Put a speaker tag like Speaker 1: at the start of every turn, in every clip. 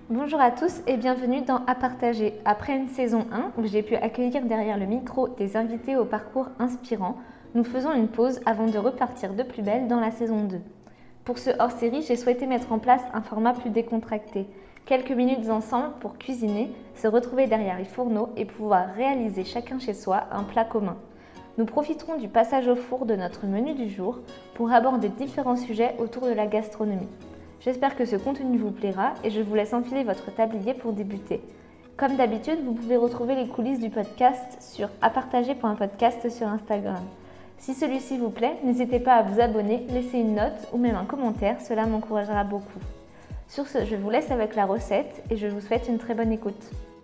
Speaker 1: Bonjour à tous et bienvenue dans À partager. Après une saison 1 où j'ai pu accueillir derrière le micro des invités au parcours inspirant, nous faisons une pause avant de repartir de plus belle dans la saison 2. Pour ce hors-série, j'ai souhaité mettre en place un format plus décontracté. Quelques minutes ensemble pour cuisiner, se retrouver derrière les fourneaux et pouvoir réaliser chacun chez soi un plat commun. Nous profiterons du passage au four de notre menu du jour pour aborder différents sujets autour de la gastronomie. J'espère que ce contenu vous plaira et je vous laisse enfiler votre tablier pour débuter. Comme d'habitude, vous pouvez retrouver les coulisses du podcast sur apartager.podcast sur Instagram. Si celui-ci vous plaît, n'hésitez pas à vous abonner, laisser une note ou même un commentaire, cela m'encouragera beaucoup. Sur ce, je vous laisse avec la recette et je vous souhaite une très bonne écoute.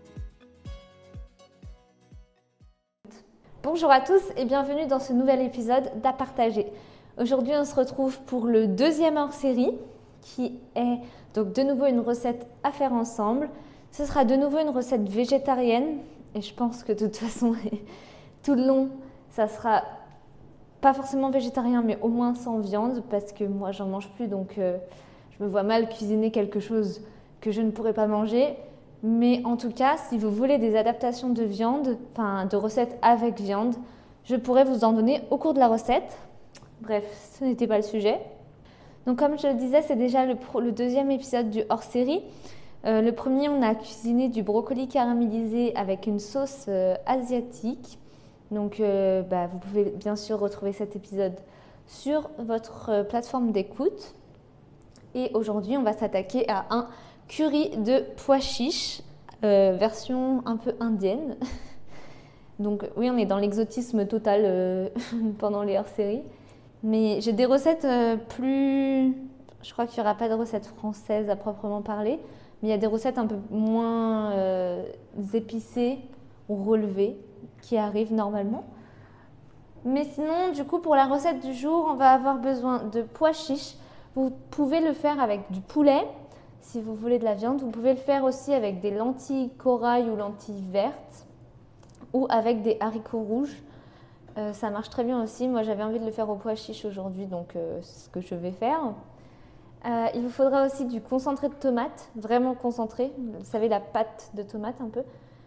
Speaker 1: Bonjour à tous et bienvenue dans ce nouvel épisode d'À partager. Aujourd'hui, on se retrouve pour le deuxième hors-série qui est donc de nouveau une recette à faire ensemble. Ce sera de nouveau une recette végétarienne et je pense que de toute façon, tout le long, ça sera pas forcément végétarien mais au moins sans viande parce que moi, j'en mange plus donc je me vois mal cuisiner quelque chose que je ne pourrais pas manger. Mais en tout cas, si vous voulez des adaptations de viande, enfin de recettes avec viande, je pourrais vous en donner au cours de la recette. Bref, ce n'était pas le sujet. Donc comme je le disais, c'est déjà le deuxième épisode du hors-série. Le premier, on a cuisiné du brocoli caramélisé avec une sauce asiatique. Donc vous pouvez bien sûr retrouver cet épisode sur votre plateforme d'écoute. Et aujourd'hui, on va s'attaquer à un curry de pois chiches, version un peu indienne. Donc oui, on est dans l'exotisme total pendant les hors-séries. Mais j'ai des recettes plus... Je crois qu'il n'y aura pas de recettes françaises à proprement parler. Mais il y a des recettes un peu moins épicées ou relevées qui arrivent normalement. Mais sinon, du coup, pour la recette du jour, on va avoir besoin de pois chiches. Vous pouvez le faire avec du poulet, si vous voulez de la viande. Vous pouvez le faire aussi avec des lentilles corail ou lentilles vertes ou avec des haricots rouges. Ça marche très bien aussi. Moi, j'avais envie de le faire au pois chiche aujourd'hui, donc c'est ce que je vais faire. Il vous faudra aussi du concentré de tomate, vraiment concentré. Vous savez, la pâte de tomate un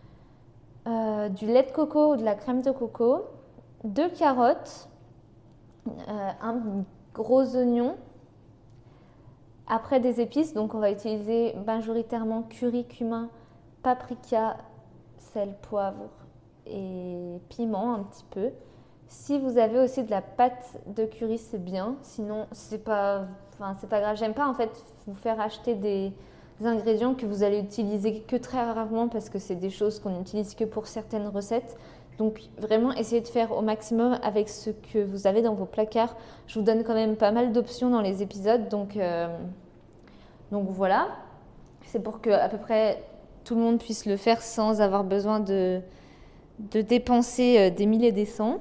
Speaker 1: peu. Du lait de coco ou de la crème de coco. 2 carottes. Un gros oignon. Après des épices, donc on va utiliser majoritairement curry, cumin, paprika, sel, poivre et piment un petit peu. Si vous avez aussi de la pâte de curry, c'est bien. Sinon, c'est pas grave. J'aime pas en fait vous faire acheter des ingrédients que vous allez utiliser que très rarement parce que c'est des choses qu'on n'utilise que pour certaines recettes. Donc vraiment, essayez de faire au maximum avec ce que vous avez dans vos placards. Je vous donne quand même pas mal d'options dans les épisodes. Donc voilà. C'est pour que à peu près tout le monde puisse le faire sans avoir besoin de dépenser des milliers et des cents.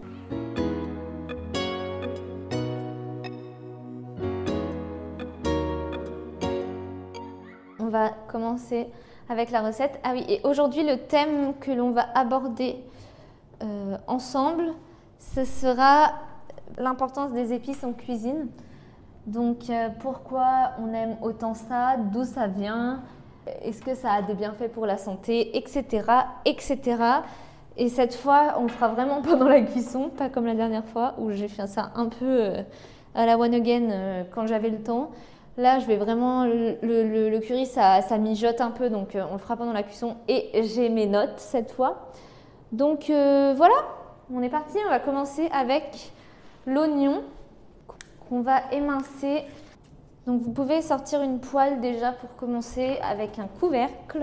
Speaker 1: On va commencer avec la recette. Ah oui, et aujourd'hui, le thème que l'on va aborder ensemble, ce sera l'importance des épices en cuisine. Donc, pourquoi on aime autant ça, d'où ça vient, est-ce que ça a des bienfaits pour la santé, etc., etc. Et cette fois, on le fera vraiment pendant la cuisson, pas comme la dernière fois où j'ai fait ça un peu à la one again quand j'avais le temps. Là, je vais vraiment, le curry, ça mijote un peu, donc on le fera pendant la cuisson et j'ai mes notes cette fois. Donc voilà, on est parti, on va commencer avec l'oignon qu'on va émincer. Donc vous pouvez sortir une poêle déjà pour commencer avec un couvercle.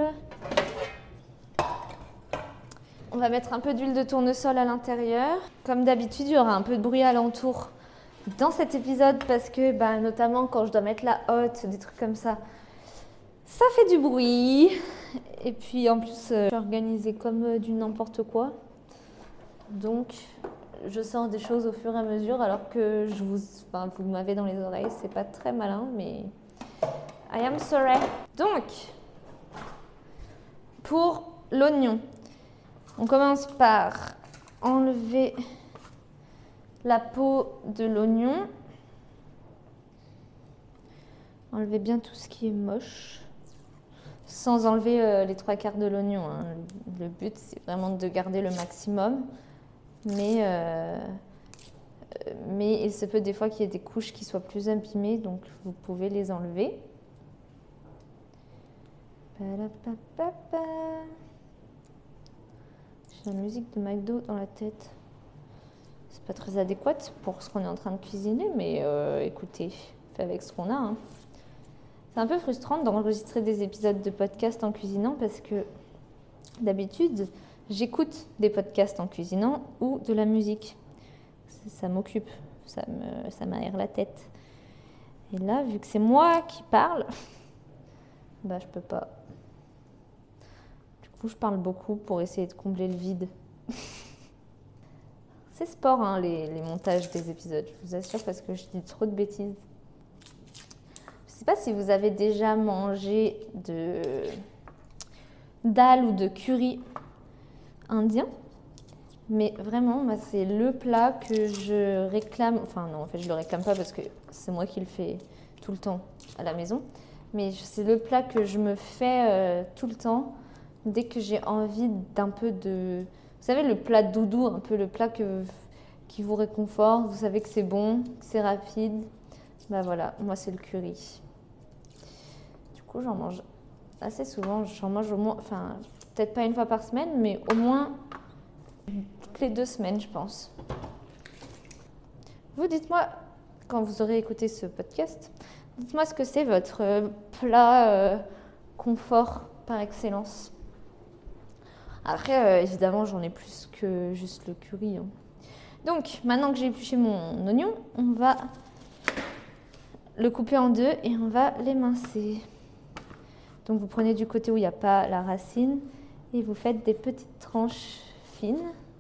Speaker 1: On va mettre un peu d'huile de tournesol à l'intérieur. Comme d'habitude, il y aura un peu de bruit alentour dans cet épisode parce que notamment quand je dois mettre la hotte, des trucs comme ça, ça fait du bruit. Et puis en plus, je suis organisée comme du n'importe quoi. Donc je sors des choses au fur et à mesure alors que vous m'avez dans les oreilles. C'est pas très malin, mais I am sorry. Donc, pour l'oignon, on commence par enlever la peau de l'oignon. Enlever bien tout ce qui est moche. sans enlever les 3/4 de l'oignon, hein. Le but, c'est vraiment de garder le maximum. Mais il se peut des fois qu'il y ait des couches qui soient plus abîmées, donc vous pouvez les enlever. J'ai la musique de McDo dans la tête. C'est pas très adéquate pour ce qu'on est en train de cuisiner, mais écoutez, fait avec ce qu'on a, hein. C'est un peu frustrant d'enregistrer des épisodes de podcast en cuisinant parce que d'habitude, j'écoute des podcasts en cuisinant ou de la musique. Ça m'occupe, ça m'aère la tête. Et là, vu que c'est moi qui parle, bah je peux pas. Du coup, je parle beaucoup pour essayer de combler le vide. C'est sport, hein, les montages des épisodes, je vous assure, parce que je dis trop de bêtises. Je sais pas si vous avez déjà mangé de dal ou de curry indien. Mais vraiment, moi, c'est le plat que je réclame. Enfin, non, en fait, je le réclame pas parce que c'est moi qui le fais tout le temps à la maison. Mais c'est le plat que je me fais tout le temps dès que j'ai envie d'un peu de... Vous savez, le plat doudou, un peu le plat qui vous réconforte. Vous savez que c'est bon, que c'est rapide. Bah voilà, moi, c'est le curry. Du coup, j'en mange assez souvent. J'en mange au moins... Enfin, peut-être pas une fois par semaine, mais au moins... toutes les 2 semaines, je pense. Vous dites-moi, quand vous aurez écouté ce podcast, dites-moi ce que c'est votre plat confort par excellence. Après, évidemment, j'en ai plus que juste le curry, hein. Donc, maintenant que j'ai épluché mon oignon, on va le couper en 2 et on va l'émincer. Donc, vous prenez du côté où il n'y a pas la racine et vous faites des petites tranches fines.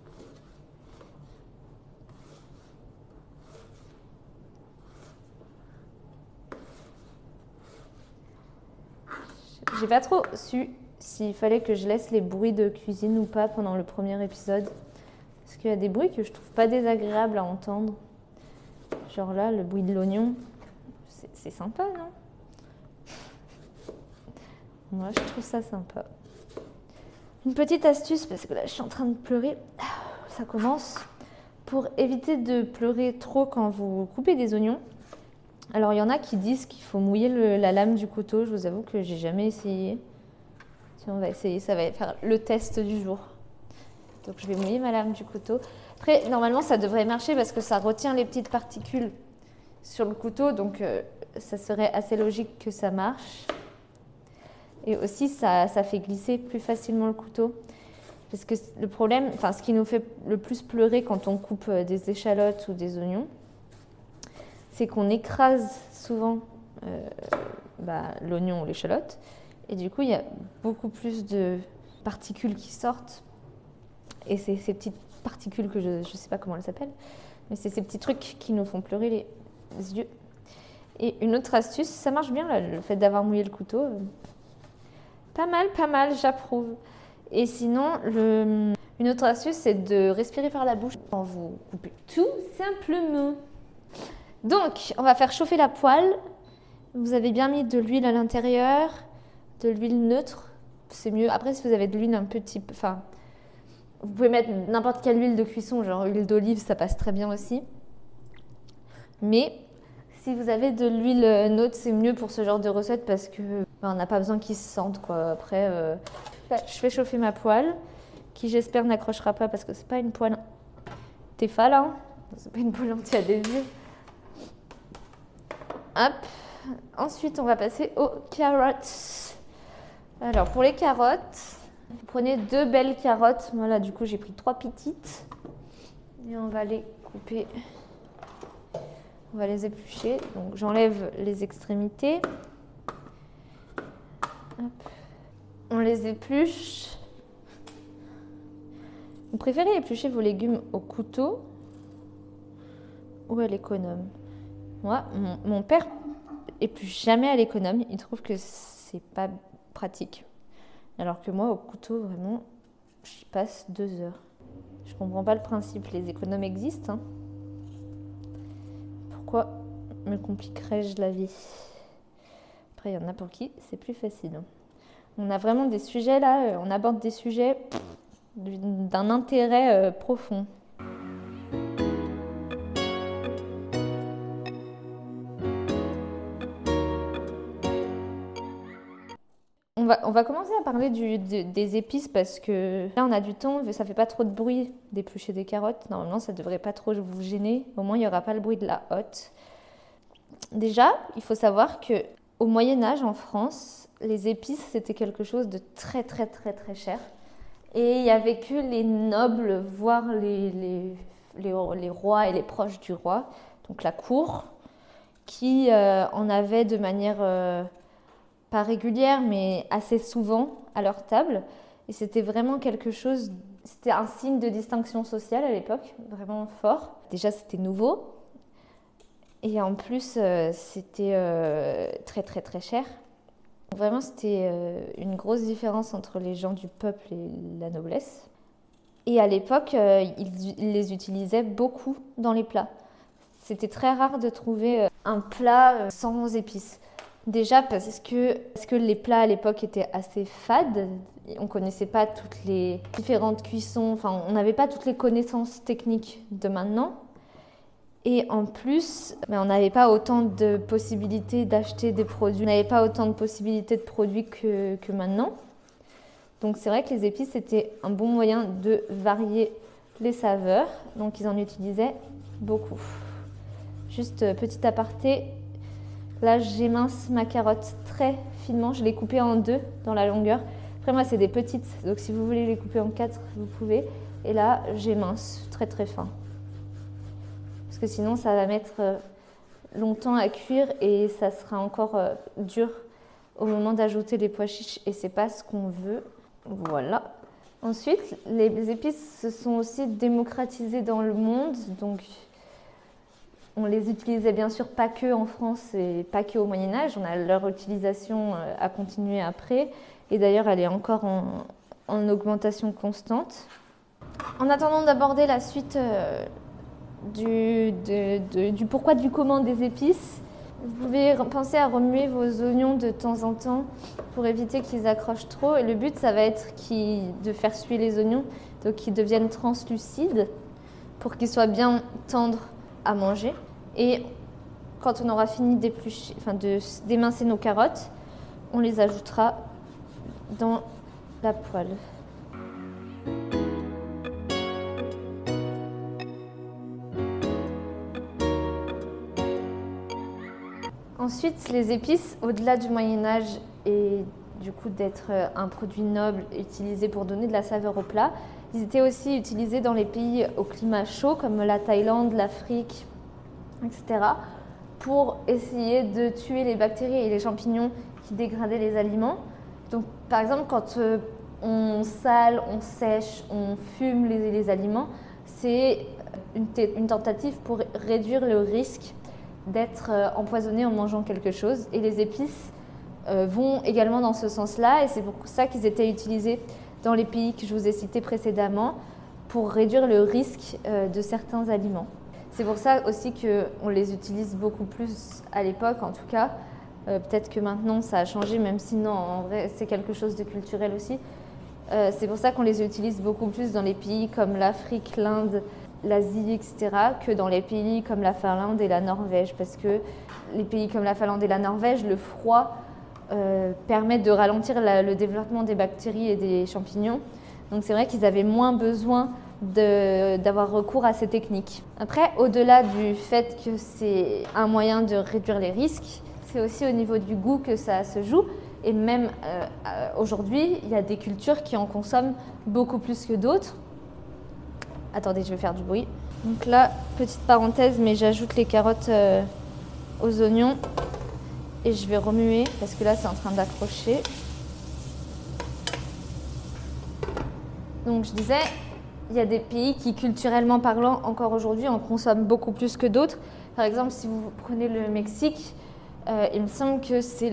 Speaker 1: J'ai pas trop su s'il fallait que je laisse les bruits de cuisine ou pas pendant le premier épisode. Parce qu'il y a des bruits que je trouve pas désagréables à entendre. Genre là, le bruit de l'oignon, c'est sympa, non? Moi, je trouve ça sympa. Une petite astuce, parce que là, je suis en train de pleurer. Ça commence. Pour éviter de pleurer trop quand vous coupez des oignons. Alors, il y en a qui disent qu'il faut mouiller la lame du couteau. Je vous avoue que j'ai jamais essayé. Si on va essayer, ça va faire le test du jour. Donc, je vais mouiller ma lame du couteau. Après, normalement, ça devrait marcher parce que ça retient les petites particules sur le couteau. Donc, ça serait assez logique que ça marche. Et aussi, ça fait glisser plus facilement le couteau. Parce que le problème, enfin, ce qui nous fait le plus pleurer quand on coupe des échalotes ou des oignons, c'est qu'on écrase souvent l'oignon ou l'échalote. Et du coup, il y a beaucoup plus de particules qui sortent. Et c'est ces petites particules que je ne sais pas comment elles s'appellent, mais c'est ces petits trucs qui nous font pleurer les yeux. Et une autre astuce, ça marche bien là, le fait d'avoir mouillé le couteau. Pas mal, j'approuve. Et sinon, une autre astuce, c'est de respirer par la bouche quand vous coupez. Tout simplement. Donc, on va faire chauffer la poêle. Vous avez bien mis de l'huile à l'intérieur, de l'huile neutre, c'est mieux. Après, si vous avez de l'huile un petit peu... Enfin, vous pouvez mettre n'importe quelle huile de cuisson, genre huile d'olive, ça passe très bien aussi. Mais si vous avez de l'huile neutre, c'est mieux pour ce genre de recette parce que on n'a pas besoin qu'ils se sentent, quoi. Après, je fais chauffer ma poêle, qui j'espère n'accrochera pas parce que c'est pas une poêle Tefal, hein. C'est pas une poêle anti-adhésive. Hop. Ensuite, on va passer aux carottes. Alors, pour les carottes, vous prenez 2 belles carottes. Voilà, du coup, j'ai pris 3 petites. Et on va les couper. On va les éplucher. Donc, j'enlève les extrémités. Hop. On les épluche. Vous préférez éplucher vos légumes au couteau ou à l'économe? Moi, mon père épluche jamais à l'économe. Il trouve que c'est pas pratique. Alors que moi, au couteau, vraiment, j'y passe 2 heures. Je comprends pas le principe. Les économes existent, hein. Pourquoi me compliquerais-je la vie? Après, il y en a pour qui c'est plus facile. On a vraiment des sujets là, on aborde des sujets d'un intérêt profond. On va commencer à parler des épices parce que là on a du temps, ça fait pas trop de bruit d'éplucher des carottes. Normalement ça devrait pas trop vous gêner, au moins il n'y aura pas le bruit de la hotte. Déjà, il faut savoir que au Moyen-Âge en France, les épices c'était quelque chose de très très très très cher. Et il n'y avait que les nobles, voire les rois et les proches du roi, donc la cour, qui en avaient de manière pas régulière, mais assez souvent à leur table. Et c'était vraiment quelque chose, c'était un signe de distinction sociale à l'époque, vraiment fort. Déjà, c'était nouveau. Et en plus, c'était très très très cher. Vraiment, c'était une grosse différence entre les gens du peuple et la noblesse. Et à l'époque, ils les utilisaient beaucoup dans les plats. C'était très rare de trouver un plat sans épices. Déjà parce que les plats à l'époque étaient assez fades. On ne connaissait pas toutes les différentes cuissons. Enfin, on n'avait pas toutes les connaissances techniques de maintenant. Et en plus, on n'avait pas autant de possibilités d'acheter des produits. On n'avait pas autant de possibilités de produits que maintenant. Donc c'est vrai que les épices, c'était un bon moyen de varier les saveurs. Donc ils en utilisaient beaucoup. Juste petit aparté, là j'émince ma carotte très finement. Je l'ai coupée en 2 dans la longueur. Après moi c'est des petites, donc si vous voulez les couper en 4, vous pouvez. Et là j'émince très très fin. Parce que sinon ça va mettre longtemps à cuire et ça sera encore dur au moment d'ajouter les pois chiches et c'est pas ce qu'on veut. Voilà. Ensuite, les épices se sont aussi démocratisées dans le monde. Donc, on les utilisait bien sûr pas que en France et pas que au Moyen-Âge. Leur utilisation a continué après. Et d'ailleurs, elle est encore en augmentation constante. En attendant d'aborder la suite du pourquoi du comment des épices, vous pouvez penser à remuer vos oignons de temps en temps pour éviter qu'ils accrochent trop. Et le but, ça va être de faire suer les oignons, donc qu'ils deviennent translucides pour qu'ils soient bien tendres à manger. Et quand on aura fini d'émincer nos carottes, on les ajoutera dans la poêle. Ensuite, les épices, au-delà du Moyen-Âge et du coup d'être un produit noble utilisé pour donner de la saveur au plat, ils étaient aussi utilisés dans les pays au climat chaud comme la Thaïlande, l'Afrique, etc. pour essayer de tuer les bactéries et les champignons qui dégradaient les aliments. Donc, par exemple, quand on sale, on sèche, on fume les aliments, c'est une tentative pour réduire le risque d'être empoisonné en mangeant quelque chose. Et les épices vont également dans ce sens-là. Et c'est pour ça qu'ils étaient utilisés dans les pays que je vous ai cités précédemment pour réduire le risque de certains aliments. C'est pour ça aussi qu'on les utilise beaucoup plus à l'époque, en tout cas. Peut-être que maintenant ça a changé, même si non, en vrai c'est quelque chose de culturel aussi. C'est pour ça qu'on les utilise beaucoup plus dans les pays comme l'Afrique, l'Inde, l'Asie, etc., que dans les pays comme la Finlande et la Norvège. Parce que les pays comme la Finlande et la Norvège, le froid permet de ralentir le développement des bactéries et des champignons. Donc c'est vrai qu'ils avaient moins besoin d'avoir recours à ces techniques. Après, au-delà du fait que c'est un moyen de réduire les risques, c'est aussi au niveau du goût que ça se joue. Et même aujourd'hui, il y a des cultures qui en consomment beaucoup plus que d'autres. Attendez, je vais faire du bruit. Donc là, petite parenthèse, mais j'ajoute les carottes aux oignons et je vais remuer parce que là, c'est en train d'accrocher. Donc je disais, il y a des pays qui, culturellement parlant, encore aujourd'hui, en consomment beaucoup plus que d'autres. Par exemple, si vous prenez le Mexique, il me semble que c'est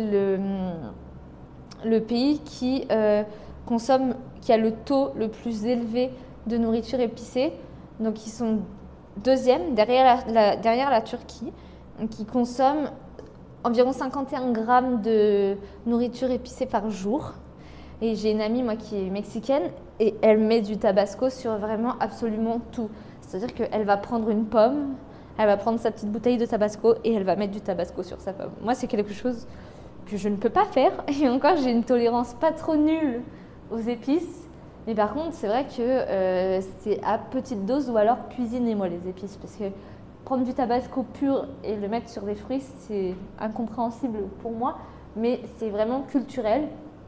Speaker 1: le pays qui a le taux le plus élevé de nourriture épicée. Donc ils sont deuxième derrière la Turquie, qui consomme environ 51 grammes de nourriture épicée par jour. Et j'ai une amie, moi, qui est mexicaine et elle met du tabasco sur vraiment absolument tout. C'est-à-dire qu'elle va prendre une pomme, elle va prendre sa petite bouteille de tabasco et elle va mettre du tabasco sur sa pomme. Moi, c'est quelque chose que je ne peux pas faire. Et encore, j'ai une tolérance pas trop nulle aux épices. Mais par contre, c'est vrai que c'est à petite dose ou alors cuisiner, moi, les épices. Parce que prendre du tabasco pur et le mettre sur des fruits, c'est incompréhensible pour moi. Mais c'est vraiment culturel.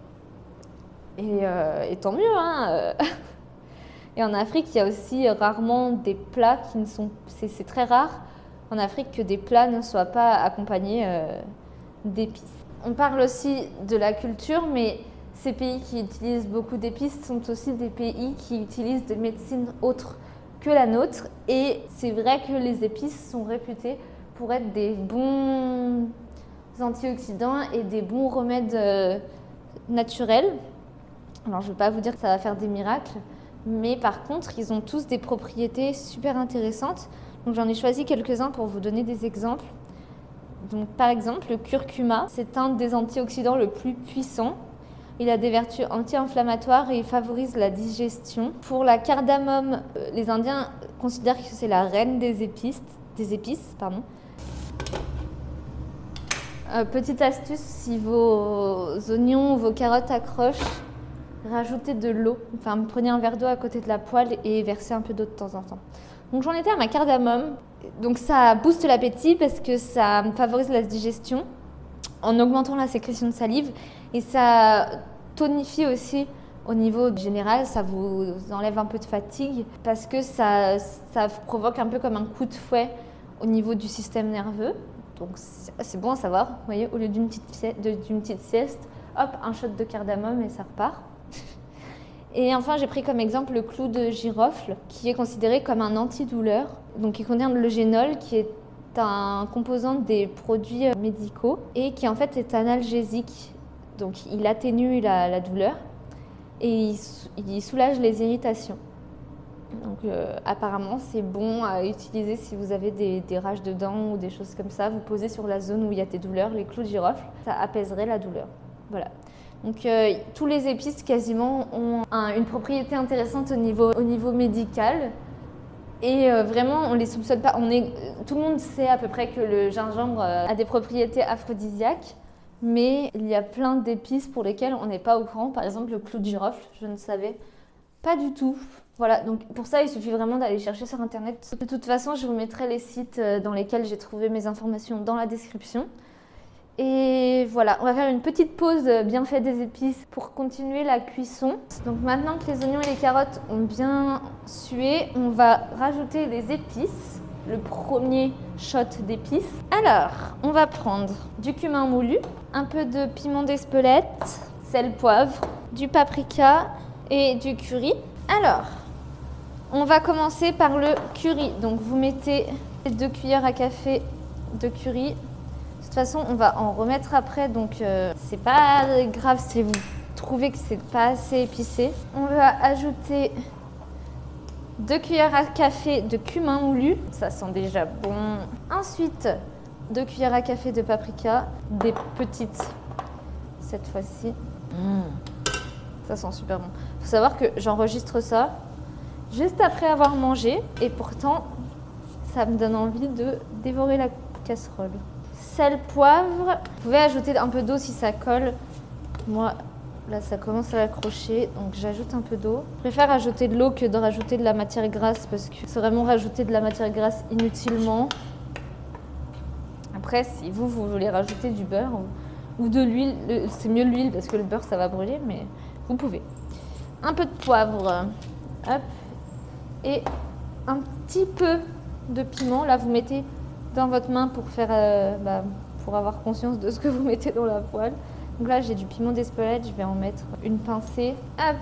Speaker 1: Et tant mieux, hein. Et en Afrique, il y a aussi rarement des plats qui ne sont... C'est très rare en Afrique que des plats ne soient pas accompagnés d'épices. On parle aussi de la culture, mais ces pays qui utilisent beaucoup d'épices sont aussi des pays qui utilisent des médecines autres que la nôtre. Et c'est vrai que les épices sont réputées pour être des bons antioxydants et des bons remèdes naturels. Alors, je ne vais pas vous dire que ça va faire des miracles, mais par contre, ils ont tous des propriétés super intéressantes. Donc, j'en ai choisi quelques-uns pour vous donner des exemples. Donc, par exemple, le curcuma, c'est un des antioxydants le plus puissants. Il a des vertus anti-inflammatoires et il favorise la digestion. Pour la cardamome, les Indiens considèrent que c'est la reine des épices. Petite astuce, si vos oignons ou vos carottes accrochent, rajoutez de l'eau. Enfin, prenez un verre d'eau à côté de la poêle et versez un peu d'eau de temps en temps. Donc j'en étais à ma cardamome. Donc ça booste l'appétit parce que ça favorise la digestion en augmentant la sécrétion de salive et ça tonifie aussi au niveau général, ça vous enlève un peu de fatigue parce que ça provoque un peu comme un coup de fouet au niveau du système nerveux. Donc c'est bon à savoir, vous voyez, au lieu d'une petite sieste, hop, un shot de cardamome et ça repart. Et enfin, j'ai pris comme exemple le clou de girofle, qui est considéré comme un antidouleur, donc qui contient le génol, qui est un composant des produits médicaux et qui en fait est analgésique. Donc il atténue la douleur et il soulage les irritations. Donc apparemment c'est bon à utiliser si vous avez des rages de dents ou des choses comme ça. Vous posez sur la zone où il y a des douleurs, les clous de girofle, ça apaiserait la douleur. Voilà. Donc tous les épices quasiment ont une propriété intéressante au niveau médical. Et vraiment, on ne les soupçonne pas. Tout le monde sait à peu près que le gingembre a des propriétés aphrodisiaques, mais il y a plein d'épices pour lesquelles on n'est pas au courant. Par exemple, le clou de girofle, je ne savais pas du tout. Voilà, donc pour ça, il suffit vraiment d'aller chercher sur Internet. De toute façon, je vous mettrai les sites dans lesquels j'ai trouvé mes informations dans la description. Et voilà, on va faire une petite pause bienfait des épices pour continuer la cuisson. Donc maintenant que les oignons et les carottes ont bien sué, on va rajouter les épices, le premier shot d'épices. Alors, on va prendre du cumin moulu, un peu de piment d'Espelette, sel, poivre, du paprika et du curry. Alors, on va commencer par le curry. Donc vous mettez 2 cuillères à café de curry. De toute façon, on va en remettre après, donc c'est pas grave si vous trouvez que c'est pas assez épicé. On va ajouter 2 cuillères à café de cumin moulu, ça sent déjà bon. Ensuite, 2 cuillères à café de paprika, des petites cette fois-ci. Ça sent super bon. Il faut savoir que j'enregistre ça juste après avoir mangé et pourtant, ça me donne envie de dévorer la casserole. Sel, poivre. Vous pouvez ajouter un peu d'eau si ça colle. Moi, là, ça commence à accrocher, donc j'ajoute un peu d'eau. Je préfère ajouter de l'eau que de rajouter de la matière grasse parce que c'est vraiment rajouter de la matière grasse inutilement. Après, si vous voulez rajouter du beurre ou de l'huile, c'est mieux l'huile parce que le beurre, ça va brûler, mais vous pouvez. Un peu de poivre. Hop. Et un petit peu de piment. Là, vous mettez dans votre main pour pour avoir conscience de ce que vous mettez dans la poêle. Donc là, j'ai du piment d'Espelette, je vais en mettre une pincée. Hop.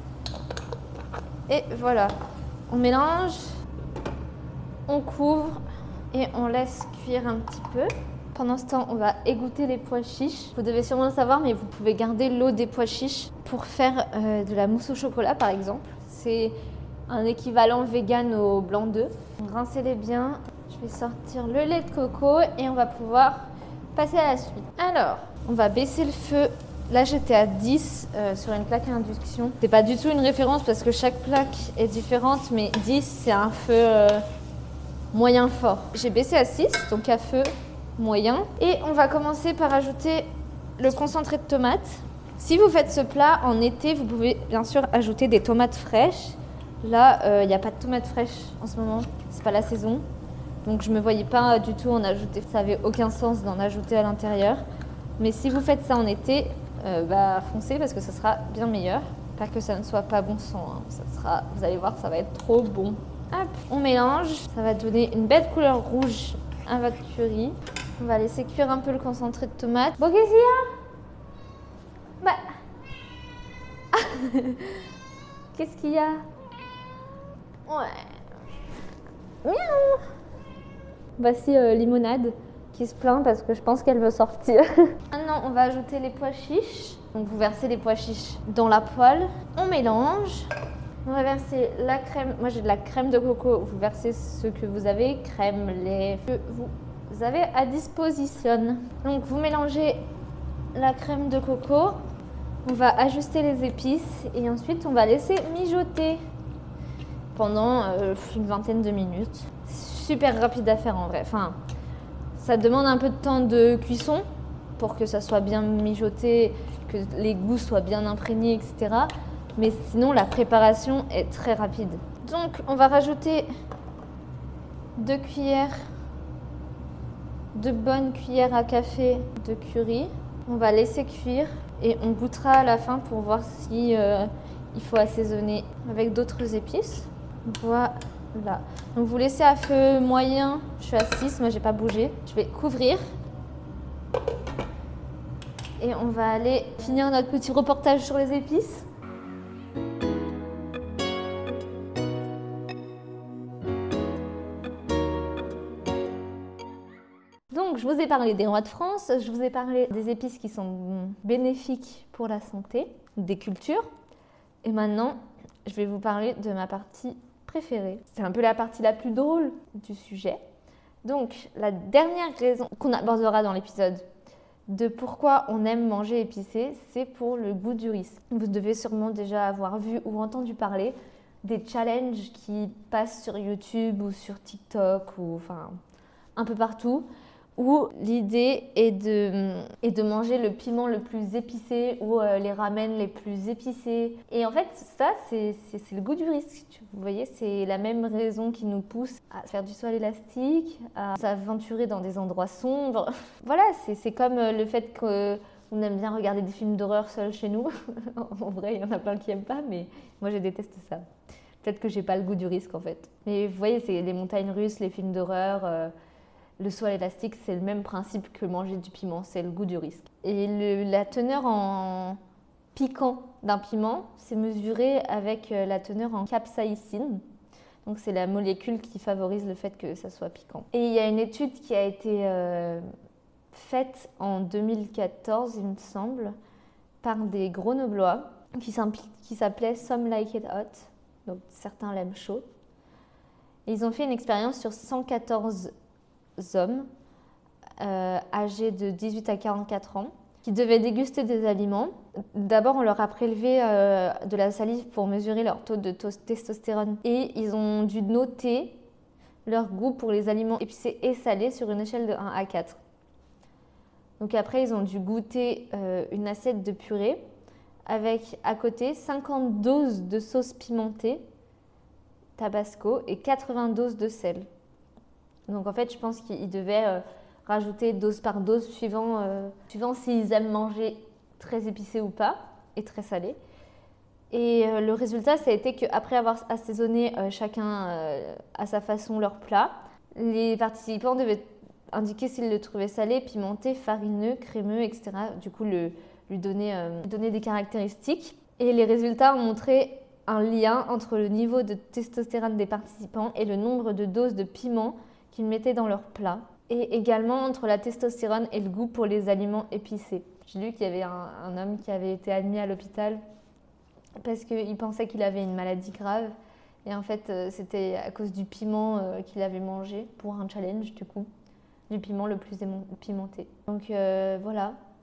Speaker 1: Et voilà. On mélange, on couvre et on laisse cuire un petit peu. Pendant ce temps, on va égoutter les pois chiches. Vous devez sûrement le savoir, mais vous pouvez garder l'eau des pois chiches pour faire de la mousse au chocolat, par exemple. C'est un équivalent vegan au blanc d'œuf. Rincez-les bien. Je vais sortir le lait de coco et on va pouvoir passer à la suite. Alors, on va baisser le feu Là, j'étais à 10 sur une plaque à induction. C'est pas du tout une référence parce que chaque plaque est différente, mais 10, c'est un feu moyen fort. J'ai baissé à 6, donc à feu moyen. Et on va commencer par ajouter le concentré de tomates. Si vous faites ce plat en été, vous pouvez bien sûr ajouter des tomates fraîches. Là, il n'y a pas de tomates fraîches en ce moment, c'est pas la saison. Donc je me voyais pas du tout en ajouter, ça avait aucun sens d'en ajouter à l'intérieur. Mais si vous faites ça en été, foncez parce que ça sera bien meilleur. Pas que ça ne soit pas bon sang, hein. Ça sera, vous allez voir, ça va être trop bon. Hop, on mélange, ça va donner une belle couleur rouge à votre curry. On va laisser cuire un peu le concentré de tomate. Bon, qu'est-ce qu'il y a? Qu'est-ce qu'il y a? Ouais. Miaou. Voici Limonade qui se plaint parce que je pense qu'elle veut sortir. Maintenant, on va ajouter les pois chiches. Donc, vous versez les pois chiches dans la poêle. On mélange. On va verser la crème. Moi, j'ai de la crème de coco. Vous versez ce que vous avez, crème, lait, que vous avez à disposition. Donc, vous mélangez la crème de coco. On va ajuster les épices et ensuite, on va laisser mijoter pendant une vingtaine de minutes. Super rapide à faire en vrai. Enfin, ça demande un peu de temps de cuisson pour que ça soit bien mijoté, que les goûts soient bien imprégnés, etc. Mais sinon, la préparation est très rapide. Donc, on va rajouter 2 bonnes cuillères à café de curry. On va laisser cuire et on goûtera à la fin pour voir si il faut assaisonner avec d'autres épices. Voilà. Donc vous laissez à feu moyen, je suis à 6, moi j'ai pas bougé. Je vais couvrir. Et on va aller finir notre petit reportage sur les épices. Donc je vous ai parlé des rois de France, je vous ai parlé des épices qui sont bénéfiques pour la santé, des cultures. Et maintenant, je vais vous parler de ma partie préférée. C'est un peu la partie la plus drôle du sujet. Donc, la dernière raison qu'on abordera dans l'épisode de pourquoi on aime manger épicé, c'est pour le goût du risque. Vous devez sûrement déjà avoir vu ou entendu parler des challenges qui passent sur YouTube ou sur TikTok ou enfin un peu partout, où l'idée est de manger le piment le plus épicé ou les ramen les plus épicés. Et en fait, ça, c'est le goût du risque. Vous voyez, c'est la même raison qui nous pousse à faire du saut à l'élastique, à s'aventurer dans des endroits sombres. Voilà, c'est comme le fait qu'on aime bien regarder des films d'horreur seul chez nous. En vrai, il y en a plein qui n'aiment pas, mais moi, je déteste ça. Peut-être que j'ai pas le goût du risque, en fait. Mais vous voyez, c'est les montagnes russes, les films d'horreur... Le saut à l'élastique, c'est le même principe que manger du piment, c'est le goût du risque. Et la teneur en piquant d'un piment, c'est mesuré avec la teneur en capsaïcine. Donc c'est la molécule qui favorise le fait que ça soit piquant. Et il y a une étude qui a été faite en 2014, il me semble, par des Grenoblois qui s'appelait Some Like It Hot. Donc certains l'aiment chaud. Et ils ont fait une expérience sur 114 hommes âgés de 18 à 44 ans qui devaient déguster des aliments. D'abord, on leur a prélevé de la salive pour mesurer leur taux de testostérone et ils ont dû noter leur goût pour les aliments épicés et salés sur une échelle de 1 à 4. Donc après, ils ont dû goûter une assiette de purée avec à côté 50 doses de sauce pimentée, tabasco et 80 doses de sel. Donc en fait, je pense qu'ils devaient rajouter dose par dose suivant s'ils aiment manger très épicé ou pas et très salé. Et le résultat, ça a été qu'après avoir assaisonné chacun à sa façon leur plat, les participants devaient indiquer s'ils le trouvaient salé, pimenté, farineux, crémeux, etc. Du coup, lui donner des caractéristiques. Et les résultats ont montré un lien entre le niveau de testostérone des participants et le nombre de doses de piment qu'ils mettaient dans leur plat, et également entre la testostérone et le goût pour les aliments épicés. J'ai lu qu'il y avait un homme qui avait été admis à l'hôpital parce qu'il pensait qu'il avait une maladie grave, et en fait c'était à cause du piment qu'il avait mangé pour un challenge, du coup, du piment le plus pimenté. Donc voilà,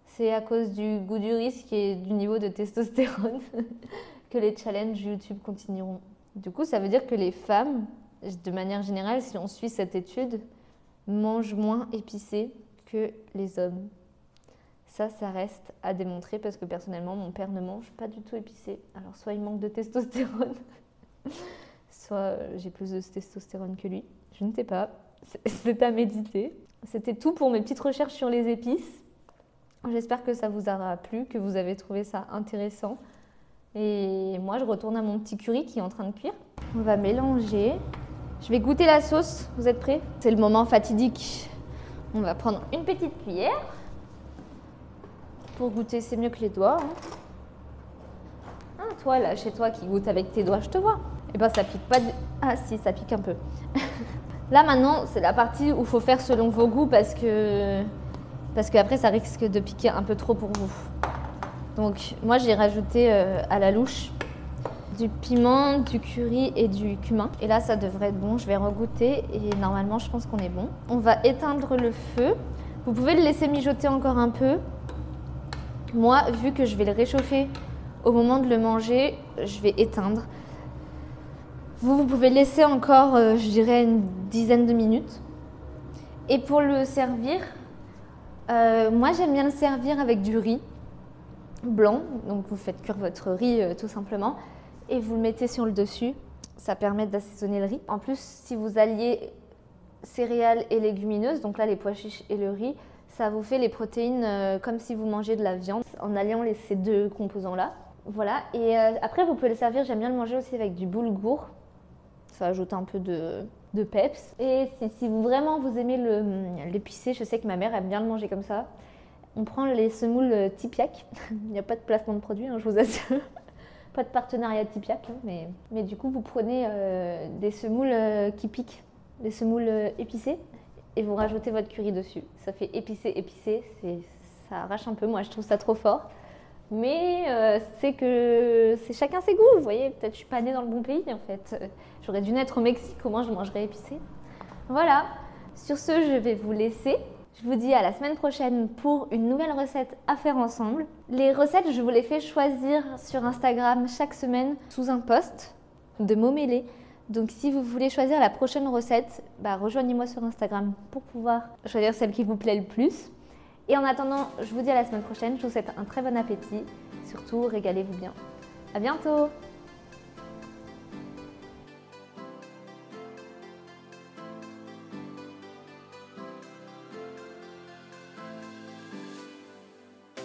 Speaker 1: C'est à cause du goût du risque et du niveau de testostérone que les challenges YouTube continueront. Du coup, ça veut dire que les femmes, de manière générale, si on suit cette étude, mangent moins épicé que les hommes. Ça reste à démontrer parce que personnellement, mon père ne mange pas du tout épicé. Alors soit il manque de testostérone, soit j'ai plus de testostérone que lui. Je ne sais pas, c'est à méditer. C'était tout pour mes petites recherches sur les épices. J'espère que ça vous aura plu, que vous avez trouvé ça intéressant. Et moi, je retourne à mon petit curry qui est en train de cuire. On va mélanger. Je vais goûter la sauce. Vous êtes prêts? C'est le moment fatidique. On va prendre une petite cuillère. Pour goûter, c'est mieux que les doigts. Ah, toi, là, chez toi, qui goûte avec tes doigts, je te vois. Eh ben, ça pique pas. Ah, si, ça pique un peu. Là, maintenant, c'est la partie où il faut faire selon vos goûts parce qu'après, ça risque de piquer un peu trop pour vous. Donc, moi, j'ai rajouté à la louche du piment, du curry et du cumin. Et là, ça devrait être bon. Je vais regoûter et normalement, je pense qu'on est bon. On va éteindre le feu. Vous pouvez le laisser mijoter encore un peu. Moi, vu que je vais le réchauffer au moment de le manger, je vais éteindre. Vous pouvez le laisser encore, je dirais, une dizaine de minutes. Et pour le servir, moi, j'aime bien le servir avec du riz blanc. Donc, vous faites cuire votre riz tout simplement et vous le mettez sur le dessus. Ça permet d'assaisonner le riz. En plus, si vous alliez céréales et légumineuses, donc là, les pois chiches et le riz, ça vous fait les protéines comme si vous mangez de la viande en alliant ces deux composants-là. Voilà. Et après, vous pouvez le servir. J'aime bien le manger aussi avec du boulgour. Ça ajoute un peu de peps. Et si vous vraiment vous aimez l'épicé, je sais que ma mère aime bien le manger comme ça. On prend les semoules Tipiak. Il n'y a pas de placement de produit, hein, je vous assure. Pas de partenariat Tipiak. Hein, mais du coup, vous prenez des semoules qui piquent, des semoules épicées, et vous rajoutez votre curry dessus. Ça fait épicé. Ça arrache un peu. Moi, je trouve ça trop fort. Mais c'est chacun ses goûts, vous voyez. Peut-être je suis pas née dans le bon pays, en fait. J'aurais dû naître au Mexique, au moins je mangerais épicé. Voilà. Sur ce, je vais vous laisser. Je vous dis à la semaine prochaine pour une nouvelle recette à faire ensemble. Les recettes, je vous les fais choisir sur Instagram chaque semaine sous un post de mots mêlés. Donc si vous voulez choisir la prochaine recette, rejoignez-moi sur Instagram pour pouvoir choisir celle qui vous plaît le plus. Et en attendant, je vous dis à la semaine prochaine. Je vous souhaite un très bon appétit. Surtout, régalez-vous bien. À bientôt!